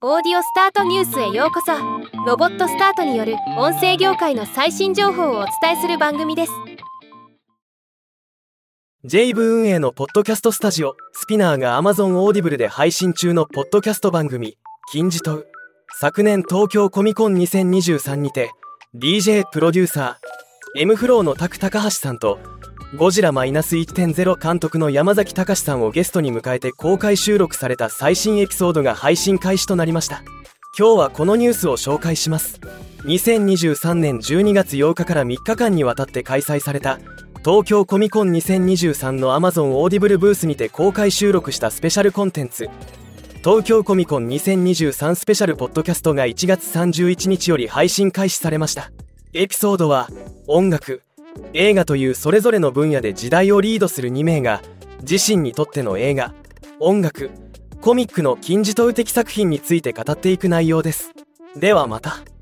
オーディオスタートニュースへようこそ。ロボットスタートによる音声業界の最新情報をお伝えする番組です。 JAVE 運営のポッドキャストスタジオスピナーが Amazon オーディブルで配信中のポッドキャスト番組金字塔。昨年東京コミコン2023にて DJ プロデューサー M フローのタク高橋さんとゴジラ -1.0 監督の山崎隆さんをゲストに迎えて公開収録された最新エピソードが配信開始となりました。今日はこのニュースを紹介します。2023年12月8日から3日間にわたって開催された東京コミコン2023の Amazon オーディブルブースにて公開収録したスペシャルコンテンツ東京コミコン2023スペシャルポッドキャストが1月31日より配信開始されました。エピソードは音楽、映画というそれぞれの分野で時代をリードする2名が自身にとっての映画、音楽、コミックの金字塔的作品について語っていく内容です。ではまた。